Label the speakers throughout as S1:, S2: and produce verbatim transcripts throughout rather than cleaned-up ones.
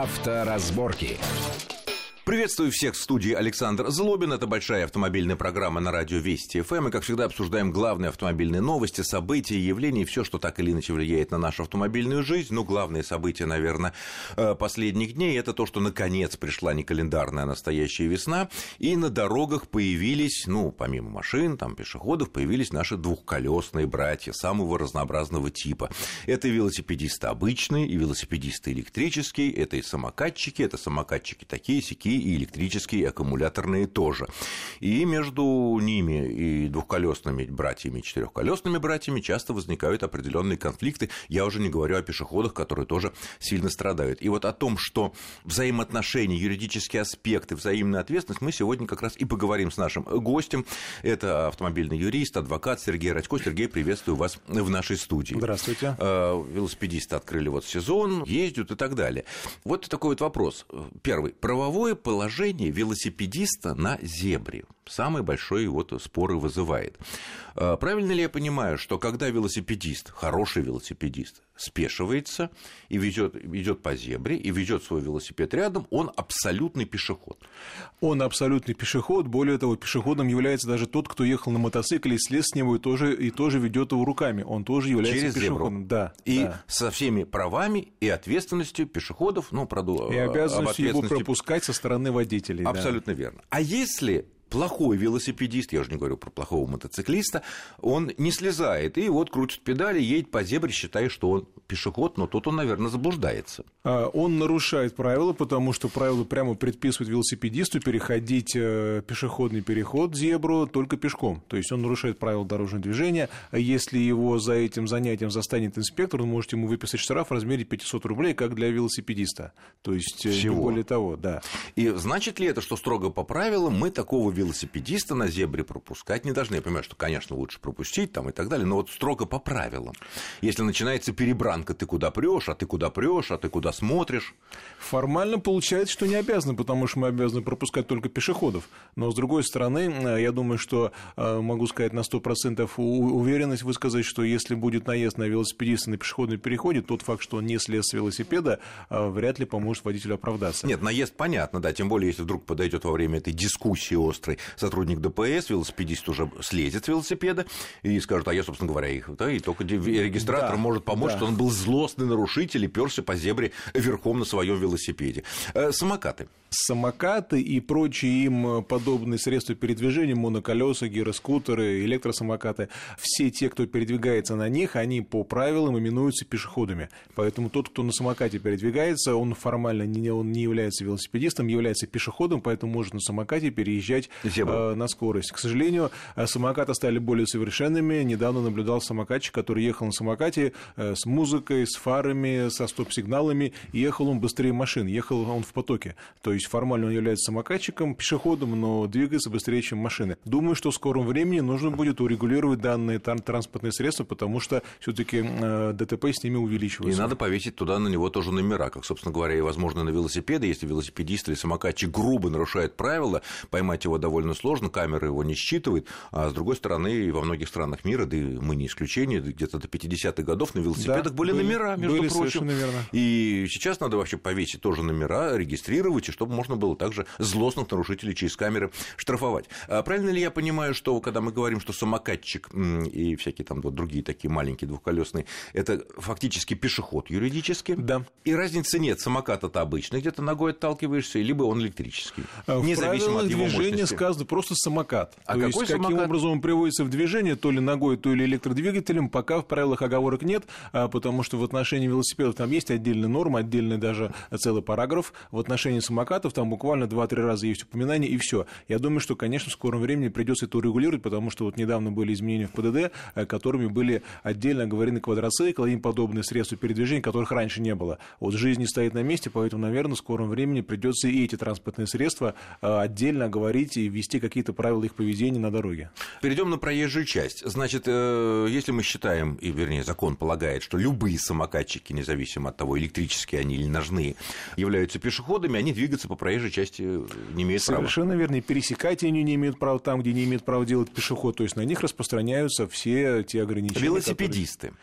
S1: Авторазборки.
S2: Приветствую всех в студии Александр Злобин. Это большая автомобильная программа на радио Вести эф эм. Мы, как всегда, обсуждаем главные автомобильные новости, события, явления, все, что так или иначе влияет на нашу автомобильную жизнь. Ну, главные события, наверное, последних дней – это то, что, наконец, пришла не календарная, а настоящая весна, и на дорогах появились, ну, помимо машин, там, пешеходов, появились наши двухколесные братья самого разнообразного типа. Это и велосипедисты обычные, и велосипедисты электрические, это и самокатчики, это самокатчики такие-сякие, и электрические, и аккумуляторные тоже. И между ними и двухколесными братьями, и четырехколесными братьями часто возникают определенные конфликты. Я уже не говорю о пешеходах, которые тоже сильно страдают. И вот о том, что взаимоотношения, юридические аспекты, взаимная ответственность, мы сегодня как раз и поговорим с нашим гостем. Это автомобильный юрист, адвокат Сергей Радько. Сергей, приветствую вас в нашей студии.
S3: Здравствуйте.
S2: Велосипедисты открыли вот сезон, ездят и так далее. Вот такой вот вопрос. Первый. Правовое положение велосипедиста на зебре. Самый большой вот споры вызывает. Правильно ли я понимаю, что когда велосипедист, хороший велосипедист, спешивается и везет, идет по зебре и везет свой велосипед рядом, он абсолютный пешеход?
S3: Он абсолютный пешеход. Более того, пешеходом является даже тот, кто ехал на мотоцикле, слез с него и тоже, и тоже ведет его руками. Он тоже является
S2: через
S3: пешеходом.
S2: Зебру.
S3: Да,
S2: и
S3: да.
S2: со всеми правами и ответственностью пешеходов, ну, правда,
S3: и обязанностью его пропускать со стороны водителей.
S2: Абсолютно
S3: да.
S2: верно. А если плохой велосипедист, я уже не говорю про плохого мотоциклиста, он не слезает и вот крутит педали, едет по зебре, считая, что он пешеход, но тут он, наверное, заблуждается.
S3: Он нарушает правила, потому что правила прямо предписывают велосипедисту переходить пешеходный переход, зебру, только пешком. То есть он нарушает правила дорожного движения. Если его за этим занятием застанет инспектор, он может ему выписать штраф в размере пятьсот рублей, как для велосипедиста. То есть
S2: всего.
S3: Не более того, да.
S2: И значит ли это, что строго по правилам мы такого велосипедиста на зебре пропускать не должны? Я понимаю, что, конечно, лучше пропустить там и так далее, но вот строго по правилам. Если начинается перебранка, ты куда прешь, а ты куда прешь, а ты куда смотришь.
S3: Формально получается, что не обязаны, потому что мы обязаны пропускать только пешеходов. Но, с другой стороны, я думаю, что могу сказать на сто процентов уверенность высказать, что если будет наезд на велосипедиста на пешеходном переходе, тот факт, что он не слез с велосипеда, вряд ли поможет водителю оправдаться.
S2: Нет, наезд понятно, да, тем более, если вдруг подойдет во время этой дискуссии острой сотрудник Дэ Пэ Эс, велосипедист уже слезет с велосипеда и скажет, а я, собственно говоря, их, да, и только регистратор да, может помочь, да. что он был злостный нарушитель и пёрся по зебре верхом на своем велосипеде. Самокаты.
S3: Самокаты и прочие им подобные средства передвижения, моноколеса, гироскутеры, электросамокаты, все те, кто передвигается на них, они по правилам именуются пешеходами. Поэтому тот, кто на самокате передвигается, он формально не, он не является велосипедистом, является пешеходом, поэтому может на самокате переезжать э, на скорость. К сожалению, самокаты стали более совершенными. Недавно наблюдал самокатчик, который ехал на самокате э, с музыкой, с фарами, со стоп-сигналами. Ехал он быстрее машин, ехал он в потоке. То есть формально он является самокатчиком, пешеходом, но двигается быстрее, чем машины. Думаю, что в скором времени нужно будет урегулировать данные транспортные средства, потому что все-таки э, Дэ Тэ Пэ с ними увеличивается.
S2: И надо повесить туда на него тоже номера, как, собственно говоря, и возможно на велосипеды. Если велосипедист или самокатчик грубо нарушает правила, поймать его довольно сложно, камера его не считывает, а с другой стороны, во многих странах мира, да и мы не исключение, где-то до пятидесятых годов на велосипедах да, были, были номера, между
S3: были
S2: прочим.
S3: Верно.
S2: И сейчас надо вообще повесить тоже номера, регистрировать, и чтобы можно было также злостных нарушителей через камеры штрафовать. А правильно ли я понимаю, что когда мы говорим, что самокатчик и всякие там вот другие такие маленькие двухколесные, это фактически пешеход юридически?
S3: Да.
S2: И разницы нет, самокат-то обычный, где-то ногой отталкиваешься, либо он электрический.
S3: В
S2: независимо от его
S3: движения
S2: мощности.
S3: сказано просто самокат.
S2: А
S3: То
S2: какой
S3: есть,
S2: самокат?
S3: каким образом он приводится в движение, то ли ногой, то ли электродвигателем, пока в правилах оговорок нет, потому что в отношении велосипедов там есть отдельная норма, отдельный даже целый параграф. В отношении самокатов там буквально два-три раза есть упоминание, и все. Я думаю, что, конечно, в скором времени придется это урегулировать, потому что вот недавно были изменения в Пэ Дэ Дэ, которыми были отдельно оговорены квадроциклы и им подобные средства передвижения, которых раньше не было. Вот жизнь не стоит на месте, поэтому, наверное, в скором времени придется и эти транспортные средства отдельно оговорить и ввести какие-то правила их поведения на дороге.
S2: Перейдем на проезжую часть. Значит, если мы считаем, и вернее закон полагает, что любые самокатчики, независимо от того, электрические они или ножные, являются пешеходами, они двигаться по проезжей части не имеют права.
S3: Совершенно верно. И пересекать они не имеют права там, где не имеет права делать пешеход. То есть на них распространяются все те ограничения.
S2: Велосипедисты.
S3: Которые...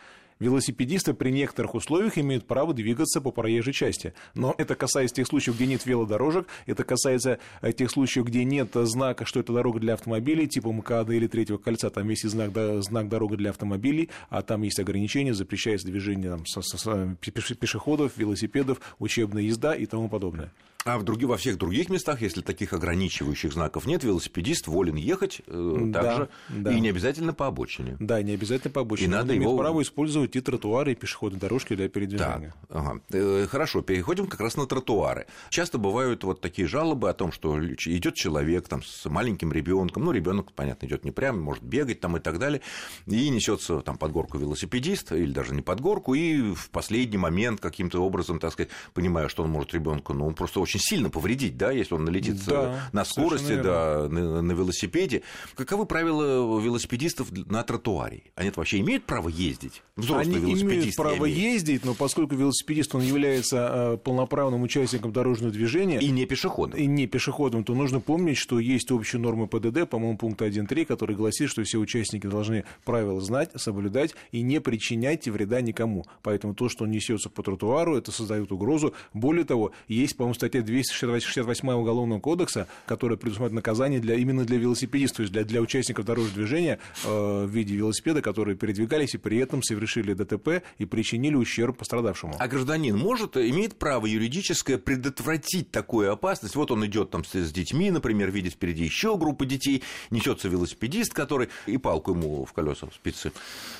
S3: велосипедисты при некоторых условиях имеют право двигаться по проезжей части. Но это касается тех случаев, где нет велодорожек, это касается тех случаев, где нет знака, что это дорога для автомобилей, типа МКАДа или третьего кольца, там есть и знак, да, знак «Дорога для автомобилей», а там есть ограничения, запрещается движение там, со, со, со, пешеходов, велосипедов, учебная езда и тому подобное.
S2: А в други, во всех других местах, если таких ограничивающих знаков нет, велосипедист волен ехать э,
S3: да,
S2: также,
S3: да.
S2: И не обязательно по обочине.
S3: Да, не обязательно по обочине.
S2: И надо
S3: Он
S2: его...
S3: имеет право использовать и тротуары, и пешеходные дорожки для передвижения.
S2: Так, ага. э, хорошо, переходим как раз на тротуары. Часто бывают вот такие жалобы о том, что идет человек там, с маленьким ребенком, ну, ребенок, понятно, идет не прямо, может бегать там и так далее, и несется там под горку велосипедист, или даже не под горку, и в последний момент каким-то образом, так сказать, понимая, что он может ребенку, ну, просто очень сильно повредить, да, если он налетит да, на скорости, да, на, на велосипеде. Каковы правила велосипедистов на тротуаре? Они вообще имеют право ездить? Взрослые
S3: Они имеют право ездить, но поскольку велосипедист, он является полноправным участником дорожного движения
S2: и не пешеходом,
S3: и не пешеходом, то нужно помнить, что есть общие нормы ПДД, по-моему, пункт один точка три, который гласит, что все участники должны правила знать, соблюдать и не причинять вреда никому. Поэтому то, что он несется по тротуару, это создает угрозу. Более того, есть, по-моему, статья двести шестьдесят восемь Уголовного кодекса, которая предусматривает наказание для, именно для велосипедистов, то есть для, для участников дорожного движения э, в виде велосипеда, которые передвигались и при этом совершили ДТП и причинили ущерб пострадавшему.
S2: А гражданин может, имеет право юридическое предотвратить такую опасность? Вот он идет там с, с детьми, например, видит впереди еще группу детей, несется велосипедист, который и палку ему в колеса в спицы.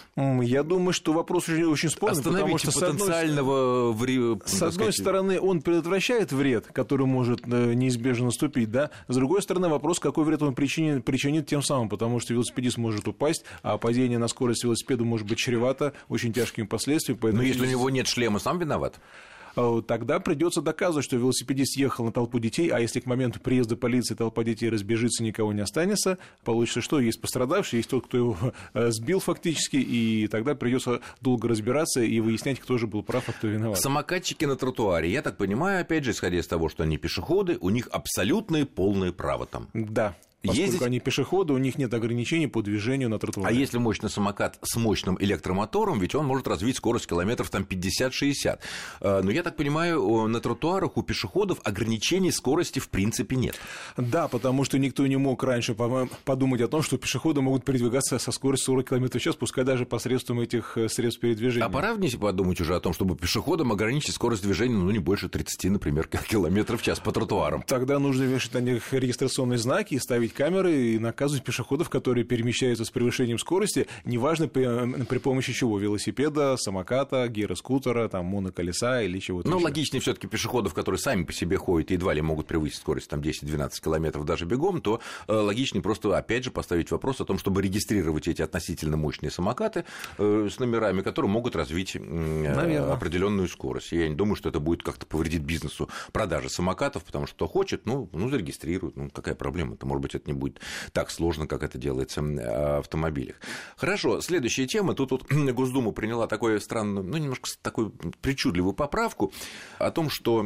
S3: Я думаю, что вопрос очень, очень спорный, потому что
S2: потенциального
S3: с одной, вре... с одной стороны он предотвращает вред, который может неизбежно наступить, да, с другой стороны вопрос, какой вред он причинит, причинит тем самым, потому что велосипедист может упасть, а падение на скорость велосипеда может быть чревато очень тяжкими последствиями.
S2: Но если у него нет шлема, сам виноват?
S3: Тогда придется доказывать, что велосипедист ехал на толпу детей, а если к моменту приезда полиции толпа детей разбежится, никого не останется, получится, что есть пострадавший, есть тот, кто его сбил фактически, и тогда придется долго разбираться и выяснять, кто же был прав, а кто виноват.
S2: Самокатчики на тротуаре, я так понимаю, опять же, исходя из того, что они пешеходы, у них абсолютное полное право там.
S3: Да. Поскольку ездить... они пешеходы, у них нет ограничений по движению на тротуаре.
S2: А если мощный самокат с мощным электромотором, ведь он может развить скорость километров там пятьдесят-шестьдесят. Но я так понимаю, на тротуарах у пешеходов ограничений скорости в принципе нет.
S3: Да, потому что никто не мог раньше подумать о том, что пешеходы могут передвигаться со скоростью сорок километров в час, пускай даже посредством этих средств передвижения.
S2: А пора вместе подумать уже о том, чтобы пешеходам ограничить скорость движения, ну, не больше тридцати, например, километров в час по тротуарам.
S3: Тогда нужно вешать на них регистрационные знаки и ставить камеры и наказывать пешеходов, которые перемещаются с превышением скорости, неважно при, при помощи чего, велосипеда, самоката, гироскутера, там, моноколеса или чего-то.
S2: Но
S3: еще.
S2: Логичнее все-таки пешеходов, которые сами по себе ходят и едва ли могут превысить скорость там десять-двенадцать километров даже бегом, то э, логичнее просто опять же поставить вопрос о том, чтобы регистрировать эти относительно мощные самокаты э, с номерами, которые могут развить э, определенную скорость. Я не думаю, что это будет как-то повредить бизнесу продажи самокатов, потому что кто хочет, ну, ну зарегистрирует. Ну, какая проблема-то? Может быть, это не будет так сложно, как это делается в автомобилях. Хорошо, следующая тема. Тут вот Госдума приняла такую странную, ну, немножко такую причудливую поправку о том, что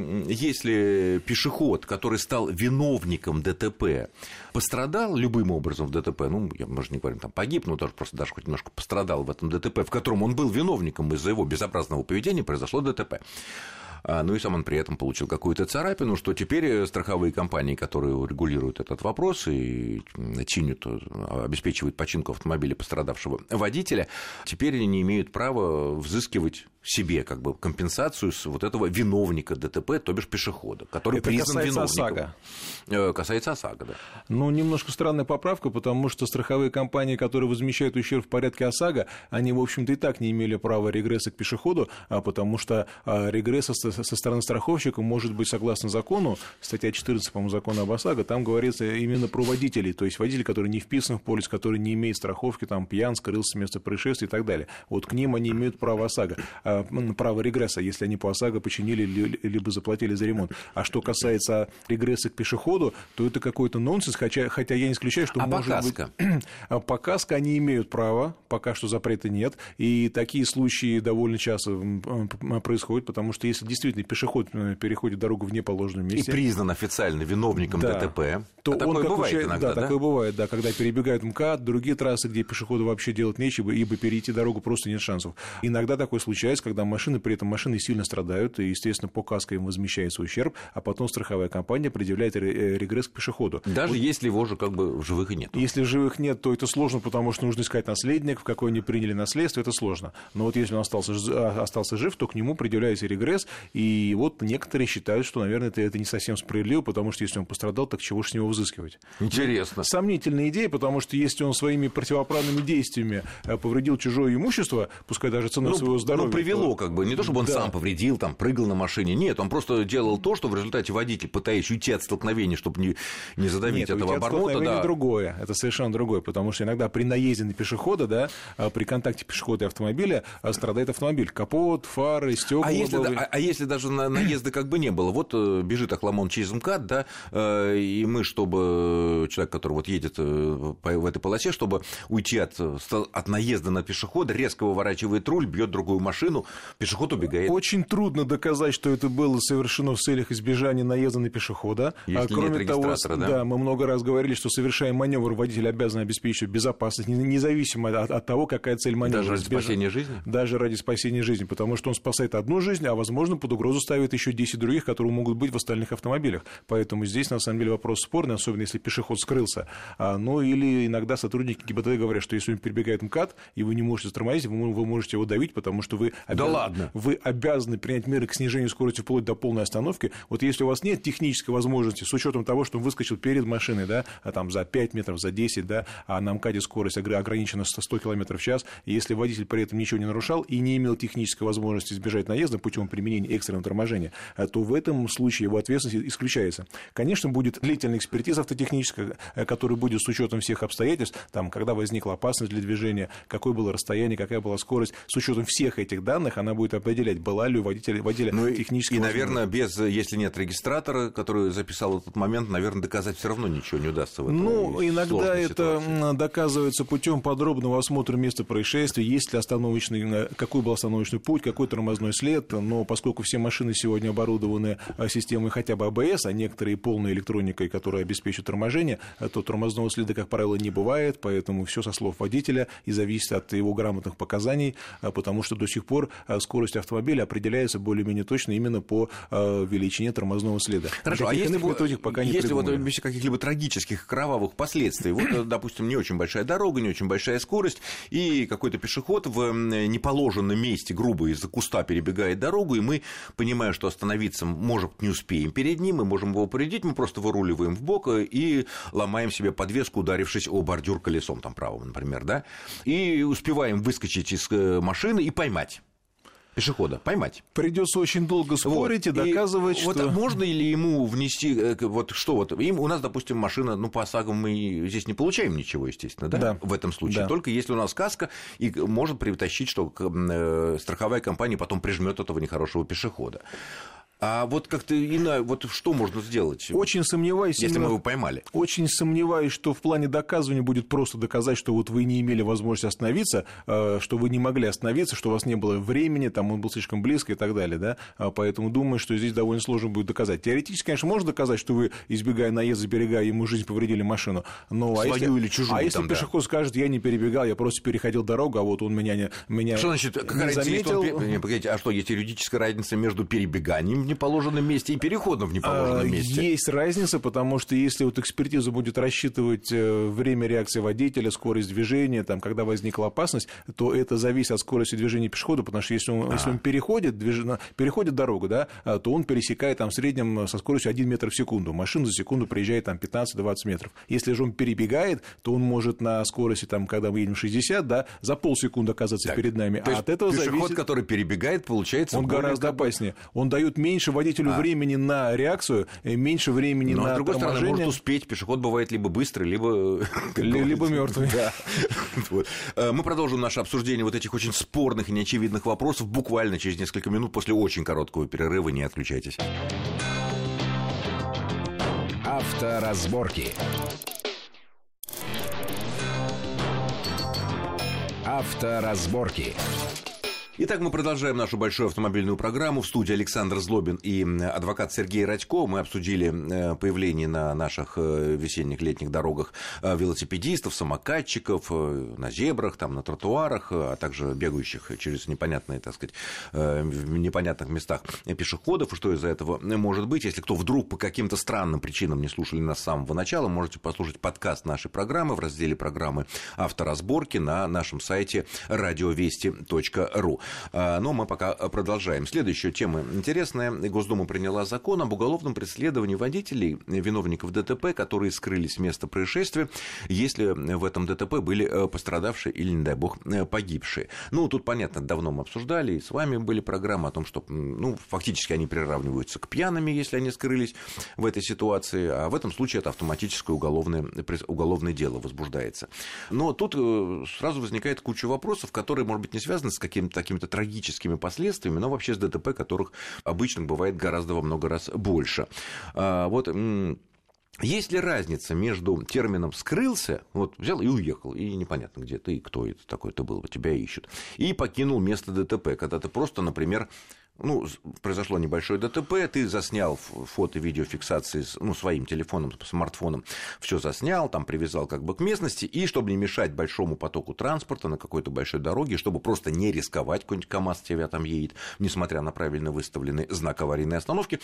S2: если пешеход, который стал виновником ДТП, пострадал любым образом в ДТП, ну, мы же не говорим, там, погиб, но тоже просто даже хоть немножко пострадал в этом ДТП, в котором он был виновником из-за его безобразного поведения, произошло ДТП. Ну и сам он при этом получил какую-то царапину, что теперь страховые компании, которые регулируют этот вопрос и чинят, обеспечивают починку автомобиля пострадавшего водителя, теперь они не имеют права взыскивать себе как бы компенсацию с вот этого виновника ДТП, то бишь пешехода, который
S3: это
S2: признан виновником.
S3: ОСАГО.
S2: Касается ОСАГО, да.
S3: Ну, немножко странная поправка, потому что страховые компании, которые возмещают ущерб в порядке ОСАГО, они, в общем-то, и так не имели права регресса к пешеходу, потому что регресс со стороны страховщика может быть согласно закону, статья четырнадцать, по-моему, закона об ОСАГО, там говорится именно про водителей, то есть водители, которые не вписаны в полис, которые не имеют страховки, там, пьян, скрылся с места происшествия и так далее. Вот к ним они имеют право ОСАГО. Право регресса, если они по ОСАГО починили либо заплатили за ремонт. А что касается регресса к пешеходу, то это какой-то нонсенс, хотя, хотя я не исключаю, что
S2: а
S3: может
S2: показка?
S3: быть... По каско они имеют право, пока что запрета нет, и такие случаи довольно часто происходят, потому что если действительно действительно пешеход переходит дорогу в неположенном месте.
S2: И признан официально виновником
S3: да.
S2: ДТП.
S3: То
S2: а
S3: он
S2: такое бывает
S3: уча...
S2: иногда,
S3: да,
S2: да?
S3: такое бывает, да, когда перебегают МКАД, другие трассы, где пешеходу вообще делать нечего, ибо перейти дорогу просто нет шансов. Иногда такое случается, когда машины, при этом машины сильно страдают, и, естественно, по каско им возмещается ущерб, а потом страховая компания предъявляет регресс к пешеходу.
S2: Даже
S3: вот,
S2: если его же как бы в живых и нет.
S3: Если в живых нет, то это сложно, потому что нужно искать наследник, в какой они приняли наследство, это сложно. Но вот если он остался, остался жив, то к нему предъявляется регресс, и вот некоторые считают, что, наверное, это, это не совсем справедливо, потому что если он пострадал, так чего же с него взыскивать?
S2: Интересно.
S3: Сомнительная идея, потому что если он своими противоправными действиями повредил чужое имущество, пускай даже ценой
S2: ну,
S3: своего здоровья...
S2: Ну, привело,
S3: то...
S2: как бы, не то, чтобы он да. сам повредил, там, прыгал на машине, нет, он просто делал то, что в результате водитель, пытаясь уйти от столкновения, чтобы не, не задавить
S3: нет,
S2: этого
S3: уйти
S2: оборота...
S3: Нет, столкновение
S2: да.
S3: другое, это совершенно другое, потому что иногда при наезде на пешехода, да, при контакте пешехода и автомобиля страдает автомобиль, капот, фары, стекла.
S2: А если, а, а если даже на, наезда как бы не было, вот бежит Ахламон через МКАД, да, и мы, чтобы человек, который вот едет в этой полосе, чтобы уйти от, от наезда на пешехода, резко выворачивает руль, бьет другую машину, пешеход убегает.
S3: Очень трудно доказать, что это было совершено в целях избежания наезда на пешехода.
S2: Если
S3: а, кроме
S2: нет
S3: того,
S2: регистратора, да?
S3: да, мы много раз говорили, что, совершая маневр, водитель обязан обеспечивать безопасность, независимо от, от того, какая цель маневра.
S2: Даже ради Сбеж... спасения жизни?
S3: Даже ради спасения жизни, потому что он спасает одну жизнь, а, возможно, под угрозу ставит еще десять других, которые могут быть в остальных автомобилях. Поэтому здесь, на самом деле, вопрос спорный, особенно если пешеход скрылся. А, ну, или иногда сотрудники ГИБДД говорят, что если он перебегает МКАД, и вы не можете затормозить, вы, вы можете его давить, потому что вы обязаны,
S2: да ладно.
S3: вы обязаны принять меры к снижению скорости вплоть до полной остановки. Вот если у вас нет технической возможности, с учетом того, что он выскочил перед машиной, да, а там за пять метров, за десять, да, а на МКАДе скорость ограничена сто километров в час, и если водитель при этом ничего не нарушал и не имел технической возможности избежать наезда путем применения экстренного торможения, то в этом случае его ответственность исключается. Конечно, будет длительная экспертиза автотехническая, которая будет с учетом всех обстоятельств, там, когда возникла опасность для движения, какое было расстояние, какая была скорость, с учетом всех этих данных она будет определять, была ли у водителя, водителя ну, техническая
S2: и, наверное, без, если нет регистратора, который записал этот момент, наверное, доказать все равно ничего не удастся в этом.
S3: Ну, иногда это
S2: ситуации.
S3: Доказывается путем подробного осмотра места происшествия, есть ли остановочный, какой был остановочный путь, какой тормозной след, но поскольку все машины сегодня оборудованы системой хотя бы АБС, а некоторые полной электроникой, которая обеспечивает торможение, то тормозного следа, как правило, не бывает, поэтому все со слов водителя и зависит от его грамотных показаний, потому что до сих пор скорость автомобиля определяется более-менее точно именно по величине тормозного следа.
S2: Хорошо, а если,
S3: методик пока не
S2: если вот без каких-либо трагических кровавых последствий, вот, допустим, не очень большая дорога, не очень большая скорость, и какой-то пешеход в неположенном месте грубо из-за куста перебегает дорогу, и мы, понимая, что остановиться, может, не успеем перед ним, мы можем его повредить, мы просто выруливаем в бок и ломаем себе подвеску, ударившись о бордюр колесом там правым, например, да, и успеваем выскочить из машины и поймать пешехода, поймать.
S3: Придется очень долго спорить вот. и доказывать, и что...
S2: Вот можно ли ему внести, вот что вот, им, у нас, допустим, машина, ну, по ОСАГО мы здесь не получаем ничего, естественно, да,
S3: да.
S2: в этом случае,
S3: да.
S2: только если у нас каска, и может притащить, что страховая компания потом прижмет этого нехорошего пешехода. А вот как-то иначе, вот что можно сделать?
S3: Очень сомневаюсь,
S2: если мы его поймали.
S3: Очень сомневаюсь, что в плане доказывания будет просто доказать, что вот вы не имели возможности остановиться, что вы не могли остановиться, что у вас не было времени, там он был слишком близко и так далее, да. Поэтому думаю, что здесь довольно сложно будет доказать. Теоретически, конечно, можно доказать, что вы, избегая наезда, заберегая ему жизнь, повредили машину. Но
S2: свою
S3: а если,
S2: или чужую.
S3: А если
S2: там,
S3: пешеход да. скажет, я не перебегал, я просто переходил дорогу, а вот он меня не, меня
S2: что значит, какая
S3: не заметил.
S2: Он, не, погодите, а что, есть юридическая разница между перебеганием в неположенном месте и переходом в неположенном месте?
S3: Есть разница, потому что если вот экспертиза будет рассчитывать время реакции водителя, скорость движения, там, когда возникла опасность, то это зависит от скорости движения пешехода, потому что если он, если он переходит, движ... переходит дорогу, да, то он пересекает там, в среднем со скоростью один метр в секунду. Машина за секунду проезжает там, пятнадцать-двадцать метров. Если же он перебегает, то он может на скорости, там, когда мы едем шестьдесят, да, за полсекунды оказаться
S2: так,
S3: перед нами.
S2: То есть
S3: а от этого
S2: пешеход,
S3: зависит...
S2: который перебегает, получается...
S3: Он гораздо опаснее. Он дает меньше водителю а. времени на реакцию, меньше времени
S2: Но,
S3: на
S2: с другой
S3: торможение.
S2: стороны, может успеть. Пешеход бывает либо быстрый, либо...
S3: Либо мертвый.
S2: Да. Вот. Мы продолжим наше обсуждение вот этих очень спорных и неочевидных вопросов буквально через несколько минут после очень короткого перерыва. Не отключайтесь.
S1: Авторазборки. Авторазборки.
S2: Итак, мы продолжаем нашу большую автомобильную программу. В студии Александр Злобин и адвокат Сергей Радько. Мы обсудили появление на наших весенних летних дорогах велосипедистов, самокатчиков, на зебрах, там, на тротуарах, а также бегающих через непонятные, так сказать, в непонятных местах пешеходов. И что из-за этого может быть? Если кто вдруг по каким-то странным причинам не слушали нас с самого начала, можете послушать подкаст нашей программы в разделе программы «Авторазборки» на нашем сайте радиовести точка ру. Но мы пока продолжаем. Следующая тема интересная. Госдума приняла закон об уголовном преследовании водителей, виновников ДТП, которые скрылись с места происшествия, если в этом ДТП были пострадавшие или, не дай бог, погибшие. Ну, тут, понятно, давно мы обсуждали, и с вами были программы о том, что, ну, фактически они приравниваются к пьяными, если они скрылись в этой ситуации, а в этом случае это автоматическое уголовное, уголовное дело возбуждается. Но тут сразу возникает куча вопросов, которые, может быть, не связаны с каким-то таким какими-то трагическими последствиями, но вообще с ДТП, которых обычно бывает гораздо во много раз больше. А, вот... Есть ли разница между термином «скрылся», вот взял и уехал, и непонятно, где ты, и кто это такой-то был, тебя ищут, и покинул место ДТП, когда ты просто, например, ну, произошло небольшое ДТП, ты заснял фото, видеофиксации, ну, своим телефоном, смартфоном, все заснял, там привязал как бы к местности, и чтобы не мешать большому потоку транспорта на какой-то большой дороге, чтобы просто не рисковать, какой-нибудь КамАЗ тебя там едет, несмотря на правильно выставленный знак аварийной остановки,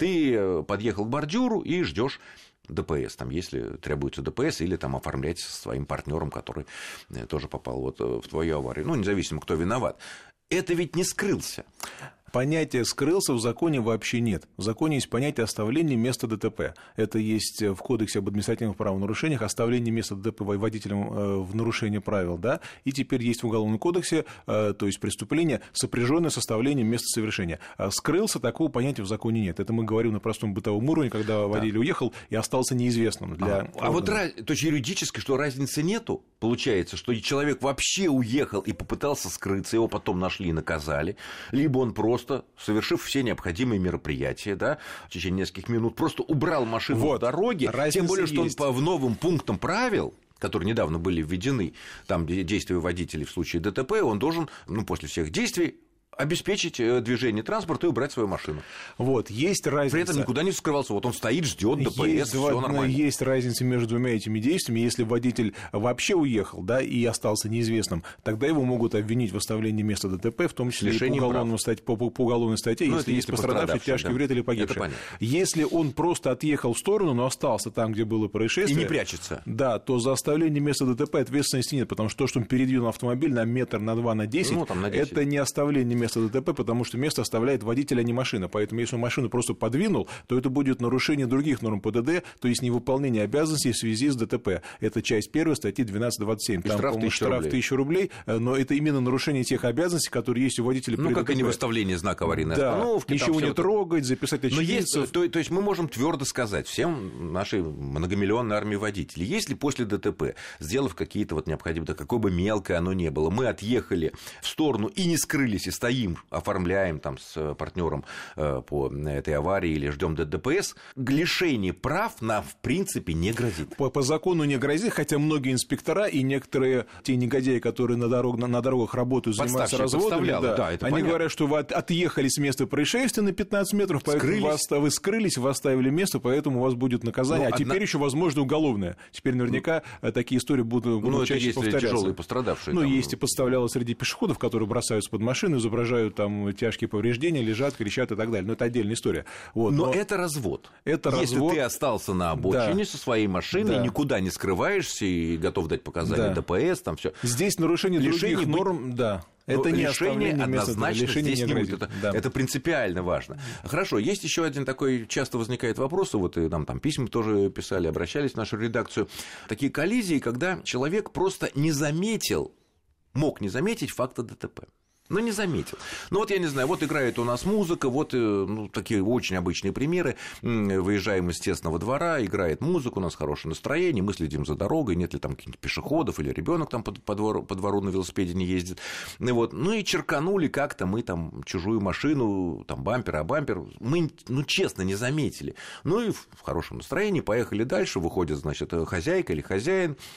S2: ты подъехал к бордюру и ждешь ДПС, там, если требуется ДПС, или там оформлять со своим партнером, который тоже попал вот в твою аварию. Ну, независимо, кто виноват. Это ведь не скрылся.
S3: Понятия «скрылся» в законе вообще нет. В законе есть понятие оставления места ДТП. Это есть в Кодексе об административных правонарушениях оставление места ДТП водителем в нарушение правил, да, и теперь есть в Уголовном кодексе, то есть преступление, сопряженное с оставлением места совершения. «Скрылся» такого понятия в законе нет. Это мы говорим на простом бытовом уровне, когда водитель да. уехал и остался неизвестным для
S2: А, а вот то есть юридически, что разницы нету, получается, что человек вообще уехал и попытался скрыться, его потом нашли и наказали, либо он просто совершив все необходимые мероприятия, да, в течение нескольких минут, просто убрал машину вот. с дороги, разница тем более, что есть. Он по новым пунктам правил, которые недавно были введены, там действия водителей в случае ДТП, он должен, ну, после всех действий обеспечить движение транспорта и убрать свою машину.
S3: Вот, есть разница.
S2: При этом никуда не скрывался. Вот он стоит, ждет ДПС, все нормально.
S3: Есть разница между двумя этими действиями. Если водитель вообще уехал, да, и остался неизвестным, тогда его могут обвинить в оставлении места ДТП, в том числе и по уголовной, статье, по, по уголовной статье, ну, если есть пострадавший, тяжкий да. вред или погибший. Если он просто отъехал в сторону, но остался там, где было происшествие...
S2: И не прячется.
S3: Да, то за оставление места ДТП ответственности нет, потому что то, что он передвинул автомобиль на метр, на два, на десять, ну, там, на десять. Это не оставление места ДТП, потому что место оставляет водитель, а не машина. Поэтому, если он машину просто подвинул, то это будет нарушение других норм ПДД, то есть невыполнение обязанностей в связи с ДТП. Это часть первой статьи двенадцать двадцать семь. Там,
S2: штраф тысяча рублей.
S3: тысяча рублей, но это именно нарушение тех обязанностей, которые есть у водителя.
S2: Ну, как ДТП. И не выставление знака аварийной
S3: да,
S2: остановки.
S3: Ничего не трогать, записать очевидцев.
S2: Но есть, то, то есть мы можем твердо сказать всем нашей многомиллионной армии водителей, если после ДТП, сделав какие-то вот необходимые, да какое бы мелкое оно ни было, мы отъехали в сторону и не скрылись, и стоим, оформляем там с партнером по этой аварии или ждем ДПС, лишение прав нам в принципе не грозит.
S3: По, по закону не грозит, хотя многие инспектора и некоторые те негодяи, которые на, дорог, на, на дорогах работают, занимаются разводами, да, да, они понятно. Говорят, что вы от, отъехали с места происшествия на пятнадцать метров, поэтому вас, вы скрылись, вы оставили место, поэтому у вас будет наказание. Ну, а теперь одна... еще, возможно, уголовное. Теперь наверняка ну, такие истории будут, будут ну, чаще повторяться.
S2: Тяжелые пострадавшие.
S3: Ну,
S2: там...
S3: есть и подставляло среди пешеходов, которые бросаются под машину, изображают там тяжкие повреждения, лежат, кричат и так далее. Но это отдельная история. Вот,
S2: но,
S3: но
S2: это развод.
S3: Это
S2: Если
S3: развод...
S2: ты остался на обочине да. со своей машиной,
S3: да.
S2: никуда не скрываешься и готов дать показания да. ДПС, там все.
S3: Здесь нарушение лишение других норм, быть... да. Это не
S2: лишение однозначно
S3: лишение
S2: здесь
S3: не,
S2: не будет. Это, да. это принципиально важно. Хорошо, есть еще один такой, часто возникает вопрос, вот и нам там письма тоже писали, обращались в нашу редакцию. Такие коллизии, когда человек просто не заметил, мог не заметить факта ДТП. Но не заметил. Ну вот я не знаю, вот играет у нас музыка, вот ну, такие очень обычные примеры. Выезжаем из тесного двора, играет музыка, у нас хорошее настроение, мы следим за дорогой, нет ли там каких-нибудь пешеходов, или ребенок там по, по, двору, по двору на велосипеде не ездит. И вот. Ну и черканули как-то мы там чужую машину, там бампер, а бампер, мы, ну честно, не заметили. Ну и в хорошем настроении поехали дальше, выходит, значит, хозяйка или хозяин.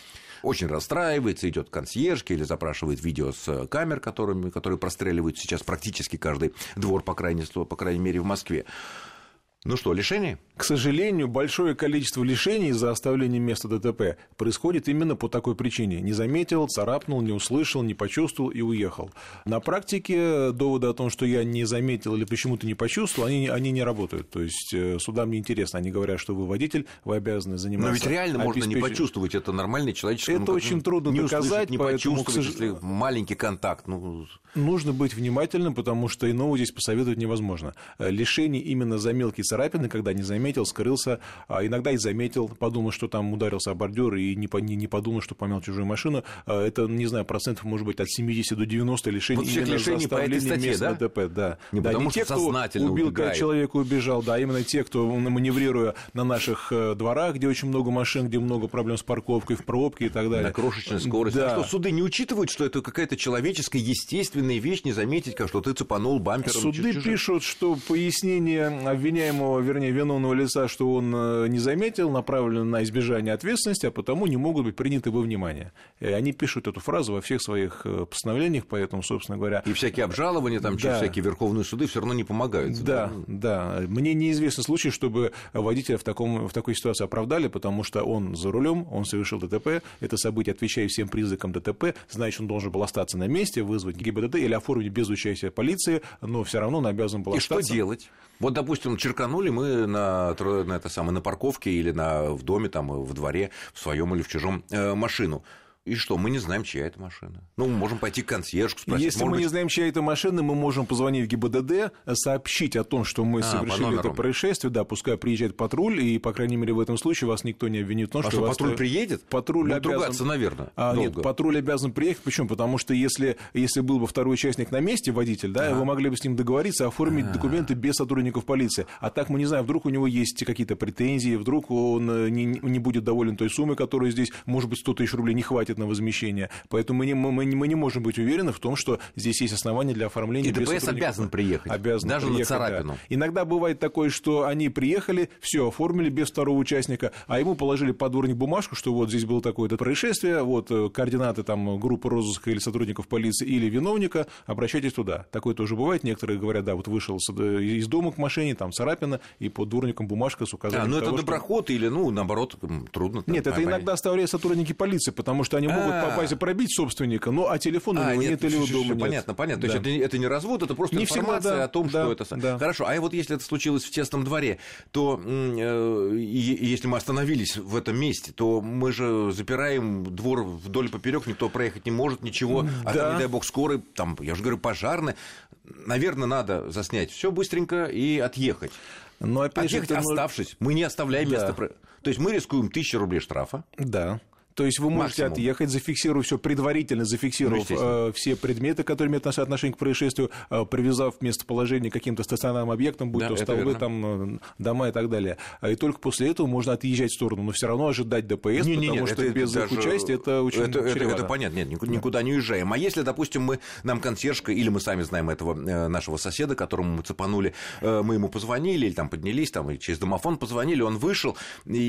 S2: очень расстраивается, идет к консьержке или запрашивает видео с камер, которыми, которые простреливают сейчас практически каждый двор, по крайней, по крайней мере, в Москве. Ну что, лишение?
S3: К сожалению, большое количество лишений за оставление места ДТП происходит именно по такой причине. Не заметил, царапнул, не услышал, не почувствовал и уехал. На практике доводы о том, что я не заметил или почему-то не почувствовал, они, они не работают. То есть судам не интересно. Они говорят, что вы водитель, вы обязаны заниматься.
S2: Но ведь реально
S3: обеспеч...
S2: можно не почувствовать. Это нормальный человеческий...
S3: Это ну, очень трудно
S2: не
S3: доказать.
S2: Услышать, не
S3: поэтому,
S2: почувствовать,
S3: к сож...
S2: если маленький контакт. Ну...
S3: Нужно быть внимательным, потому что иного здесь посоветовать невозможно. Лишение именно за мелкие царапины, когда не заметил, скрылся, а иногда и заметил, подумал, что там ударился о бордюр, и не, не, не подумал, что помял чужую машину. Это, не знаю, процентов может быть от семидесяти до девяноста лишений
S2: вот
S3: именно за оставление мест
S2: да?
S3: ДТП. Да.
S2: Не
S3: да,
S2: потому
S3: не
S2: что
S3: те, кто
S2: сознательно
S3: убил
S2: убегает.
S3: Человека, убежал, да, именно те, кто, маневрируя на наших дворах, где очень много машин, где много проблем с парковкой, в пробке и так далее.
S2: На крошечной скорости.
S3: Да.
S2: А что, суды не учитывают, что это какая-то человеческая, естественная вещь, не заметить, как что ты цепанул бампером?
S3: Суды
S2: чуть-чуть.
S3: пишут, что пояснение обвиняемого, вернее, виновного лица, что он не заметил, направлено на избежание ответственности, а потому не могут быть приняты во внимание. И они пишут эту фразу во всех своих постановлениях, поэтому, собственно говоря...
S2: И всякие обжалования, там,
S3: да.
S2: через всякие верховные суды все равно не помогают.
S3: Да, да, да. Мне неизвестен случай, чтобы водителя в, таком, в такой ситуации оправдали, потому что он за рулем, он совершил ДТП, это событие отвечает всем признакам ДТП, значит, он должен был остаться на месте, вызвать ГИБДД или оформить без участия полиции, но все равно он обязан был
S2: И
S3: остаться.
S2: что делать? Вот, допустим, черканули мы на, на, это самое, на парковке или на, в доме, там, в дворе, в своем или в чужом э, машину. И что, мы не знаем, чья это машина. Ну, мы можем пойти к консьержку спросить.
S3: Если мы быть... не знаем, чья это машина, мы можем позвонить в ГИБДД, сообщить о том, что мы а, совершили это происшествие, да, пускай приезжает патруль, и, по крайней мере, в этом случае вас никто не обвинит в том,
S2: а
S3: что...
S2: что,
S3: вас...
S2: патруль приедет?
S3: Патруль
S2: Будет
S3: обязан...
S2: ругаться, наверное,
S3: а,
S2: долго.
S3: Нет, патруль обязан приехать. Почему? Потому что если, если был бы второй участник на месте, водитель, да, а. вы могли бы с ним договориться, оформить а. документы без сотрудников полиции. А так мы не знаем, вдруг у него есть какие-то претензии, вдруг он не, не будет доволен той суммой, которая здесь, может быть, сто тысяч рублей не хватит на возмещение. Поэтому мы не, мы, мы не можем быть уверены в том, что здесь есть основания для оформления.
S2: И ДПС обязан приехать,
S3: обязан
S2: даже
S3: приехать,
S2: на царапину.
S3: Да. Иногда бывает такое, что они приехали, все оформили без второго участника, а ему положили под дворник бумажку, что вот здесь было такое-то происшествие, вот координаты там группы розыска или сотрудников полиции или виновника, обращайтесь туда. Такое тоже бывает. Некоторые говорят, да, вот вышел из дома к машине, там царапина, и под дворником бумажка с указанием.
S2: А, ну это
S3: того,
S2: доброход что... или, ну, наоборот, трудно.
S3: Нет,
S2: там,
S3: это понять. Иногда оставляют сотрудники полиции, потому что они могут по базе пробить собственника, ну, а телефон
S2: а,
S3: у него
S2: нет,
S3: нет или у дома нет.
S2: Понятно, понятно.
S3: Да.
S2: То есть это, это не развод, это просто
S3: не
S2: информация
S3: всегда, да,
S2: о том,
S3: да,
S2: что это...
S3: Да.
S2: Хорошо, а вот если это случилось в тесном дворе, то э, и, если мы остановились в этом месте, то мы же запираем двор вдоль и поперек, никто проехать не может, ничего, да. А там, не дай бог, скорый, там, я же говорю, пожарный. Наверное, надо заснять все быстренько и отъехать. Но опять отъехать, же, оставшись, мы не оставляем да. место. То есть мы рискуем тысячу рублей штрафа.
S3: Да. То есть вы можете максимум. Отъехать, зафиксировав все, предварительно зафиксировав ну, э, все предметы, которые имеют отношение к происшествию, э, привязав местоположение к каким-то стационарным объектам, будь да, то столбы, там, дома и так далее. И только после этого можно отъезжать в сторону, но все равно ожидать ДПС, не, потому не, что это, без их участия это очень
S2: это, это,
S3: чревато.
S2: Это понятно, нет, никуда не уезжаем. А если, допустим, мы, нам консьержка, или мы сами знаем этого нашего соседа, которому мы цепанули, мы ему позвонили, или там поднялись, там, и через домофон позвонили, он вышел,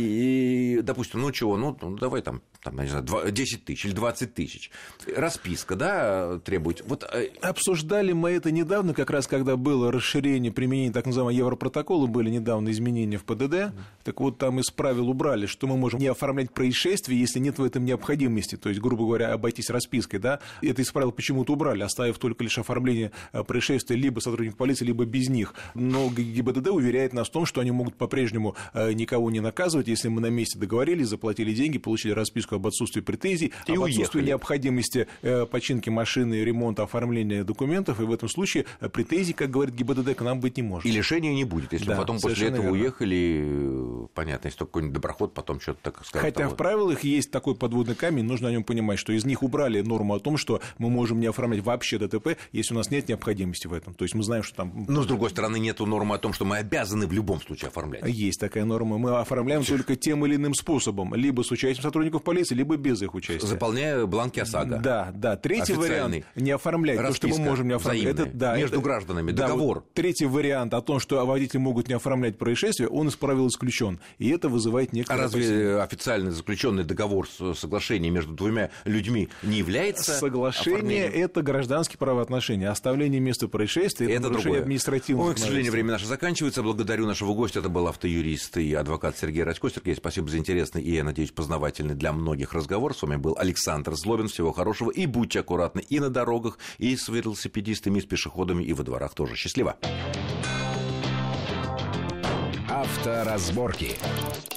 S2: и, и допустим, ну чего, ну давай там, там, не знаю, десять тысяч или двадцать тысяч. Расписка, да, требует. Вот...
S3: Обсуждали мы это недавно, как раз когда было расширение применения так называемого Европротокола, были недавно изменения в ПДД. Mm. Так вот, там из правил убрали, что мы можем не оформлять происшествие, если нет в этом необходимости. То есть, грубо говоря, обойтись распиской. Да? Это из правил почему-то убрали, оставив только лишь оформление происшествия либо сотрудников полиции, либо без них. Но ГИБДД уверяет нас в том, что они могут по-прежнему никого не наказывать, если мы на месте договорились, заплатили деньги, получили расписку об отсутствии присутствии претензий, и об отсутствии необходимости починки машины, ремонта, оформления документов, и в этом случае претензий, как говорит ГИБДД, к нам быть не может.
S2: И лишения не будет, если да, потом после этого верно. Уехали, понятно, если какой-нибудь доброход, потом что-то так сказать.
S3: Хотя того. В правилах есть такой подводный камень, нужно о нем понимать, что из них убрали норму о том, что мы можем не оформлять вообще ДТП, если у нас нет необходимости в этом. То есть мы знаем, что там...
S2: Но, с другой стороны, нету нормы о том, что мы обязаны в любом случае оформлять.
S3: Есть такая норма. Мы оформляем только тем или иным способом, либо с участием сотрудников полиции, полиции, либо без их участия.
S2: Заполняя бланки ОСАГО.
S3: Да, да. Третий вариант – не оформлять. То, что мы можем не оформлять. Это, да,
S2: между
S3: это,
S2: гражданами,
S3: да,
S2: договор.
S3: Вот третий вариант о том, что водители могут не оформлять происшествие, он из правил исключен. И это вызывает некоторые...
S2: А разве опасения. Официально заключенный договор, соглашение между двумя людьми не является
S3: Соглашение – это гражданские правоотношения. Оставление места происшествия – это нарушение административного.
S2: Ой, к сожалению, время наше заканчивается. Благодарю нашего гостя. Это был автоюрист и адвокат Сергей Радько. Сергей, спасибо за интересный и, я надеюсь, познавательный для многих разговор. С вами был Александр Злобин. Всего хорошего. И будьте аккуратны и на дорогах, и с велосипедистами, и с пешеходами, и во дворах тоже. Счастливо.
S1: Авторазборки.